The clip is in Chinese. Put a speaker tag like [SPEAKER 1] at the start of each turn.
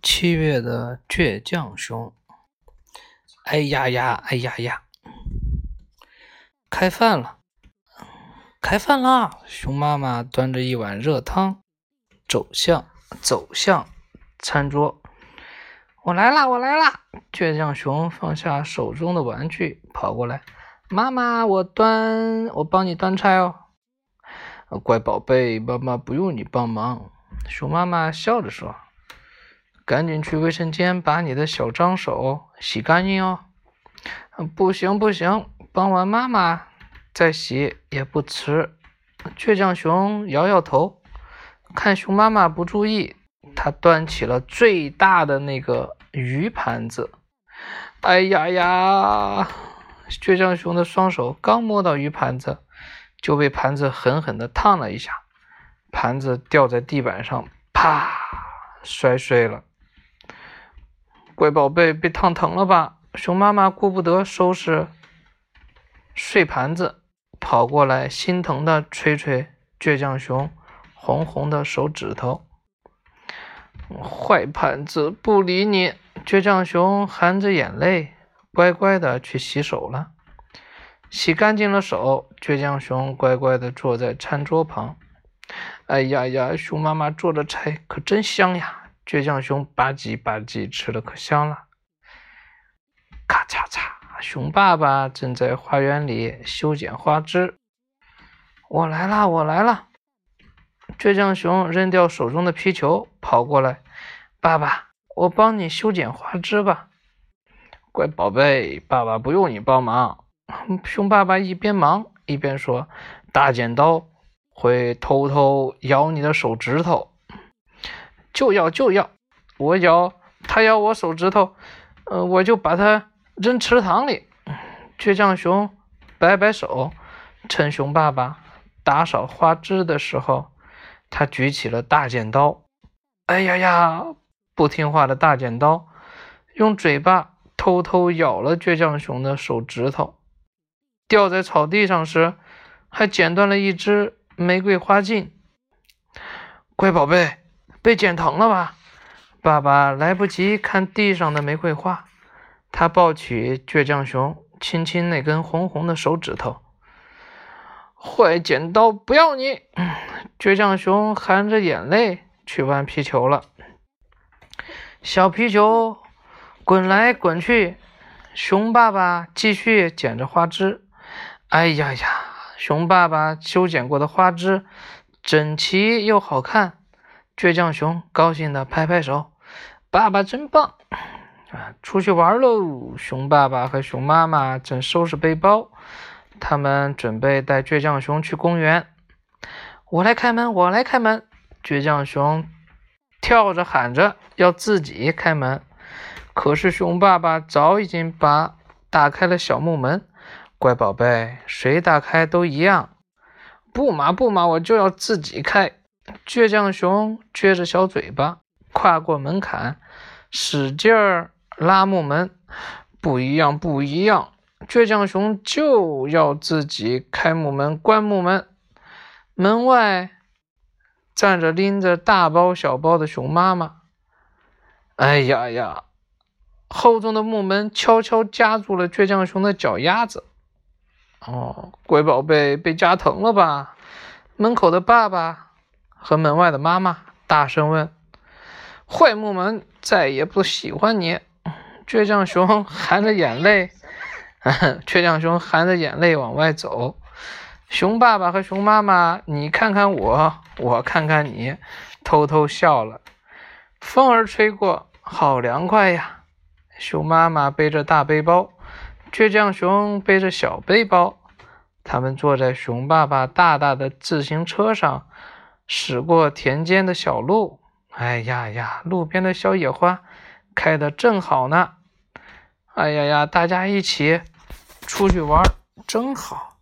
[SPEAKER 1] 7月的倔强熊。哎呀呀，哎呀呀！开饭了，开饭啦！熊妈妈端着一碗热汤，走向餐桌。我来啦，我来啦！倔强熊放下手中的玩具，跑过来。妈妈，我帮你端菜哦。乖宝贝，妈妈不用你帮忙。熊妈妈笑着说。赶紧去卫生间把你的小脏手洗干净哦。不行，帮完妈妈再洗也不迟。倔强熊摇摇头，看熊妈妈不注意，他端起了最大的那个鱼盘子。哎呀呀！倔强熊的双手刚摸到鱼盘子，就被盘子狠狠地烫了一下，盘子掉在地板上，啪，摔碎了。乖宝贝，被烫疼了吧？熊妈妈顾不得收拾碎盘子，跑过来心疼地捶捶倔强熊红红的手指头。坏盘子，不理你！倔强熊含着眼泪乖乖地去洗手了。洗干净了手，倔强熊乖乖地坐在餐桌旁。哎呀呀，熊妈妈做的菜可真香呀！倔强熊吧唧吧唧吃的可香了。咔嚓嚓，熊爸爸正在花园里修剪花枝。我来啦，我来啦！倔强熊扔掉手中的皮球，跑过来。爸爸，我帮你修剪花枝吧。乖宝贝，爸爸不用你帮忙。熊爸爸一边忙一边说，大剪刀会偷偷咬你的手指头。就要，他咬我手指头，我就把它扔池塘里。倔强熊摆摆手，趁熊爸爸打扫花枝的时候，他举起了大剪刀。哎呀呀！不听话的大剪刀用嘴巴偷偷咬了倔强熊的手指头，掉在草地上时，还剪断了一只玫瑰花茎。乖宝贝，被剪疼了吧？爸爸来不及看地上的玫瑰花，他抱起倔强熊，亲亲那根红红的手指头。坏剪刀，不要你！倔强熊含着眼泪去玩皮球了。小皮球滚来滚去，熊爸爸继续剪着花枝。哎呀呀，熊爸爸修剪过的花枝整齐又好看。倔强熊高兴地拍拍手，爸爸真棒！出去玩喽！熊爸爸和熊妈妈正收拾背包，他们准备带倔强熊去公园。我来开门！倔强熊跳着喊着要自己开门，可是熊爸爸早已经打开了小木门。乖宝贝，谁打开都一样。不嘛，我就要自己开。倔强熊撅着小嘴巴跨过门槛，使劲儿拉木门。不一样，倔强熊就要自己开木门关木门。门外站着拎着大包小包的熊妈妈。哎呀呀，厚重的木门悄悄夹住了倔强熊的脚丫子。乖宝贝，被夹疼了吧？门口的爸爸和门外的妈妈大声问。坏木门，再也不喜欢你！倔强熊含着眼泪往外走。熊爸爸和熊妈妈，你看看我，我看看你，偷偷笑了。风儿吹过，好凉快呀！熊妈妈背着大背包，倔强熊背着小背包，他们坐在熊爸爸大大的自行车上，驶过田间的小路。哎呀呀，路边的小野花开得正好呢。哎呀呀，大家一起出去玩真好。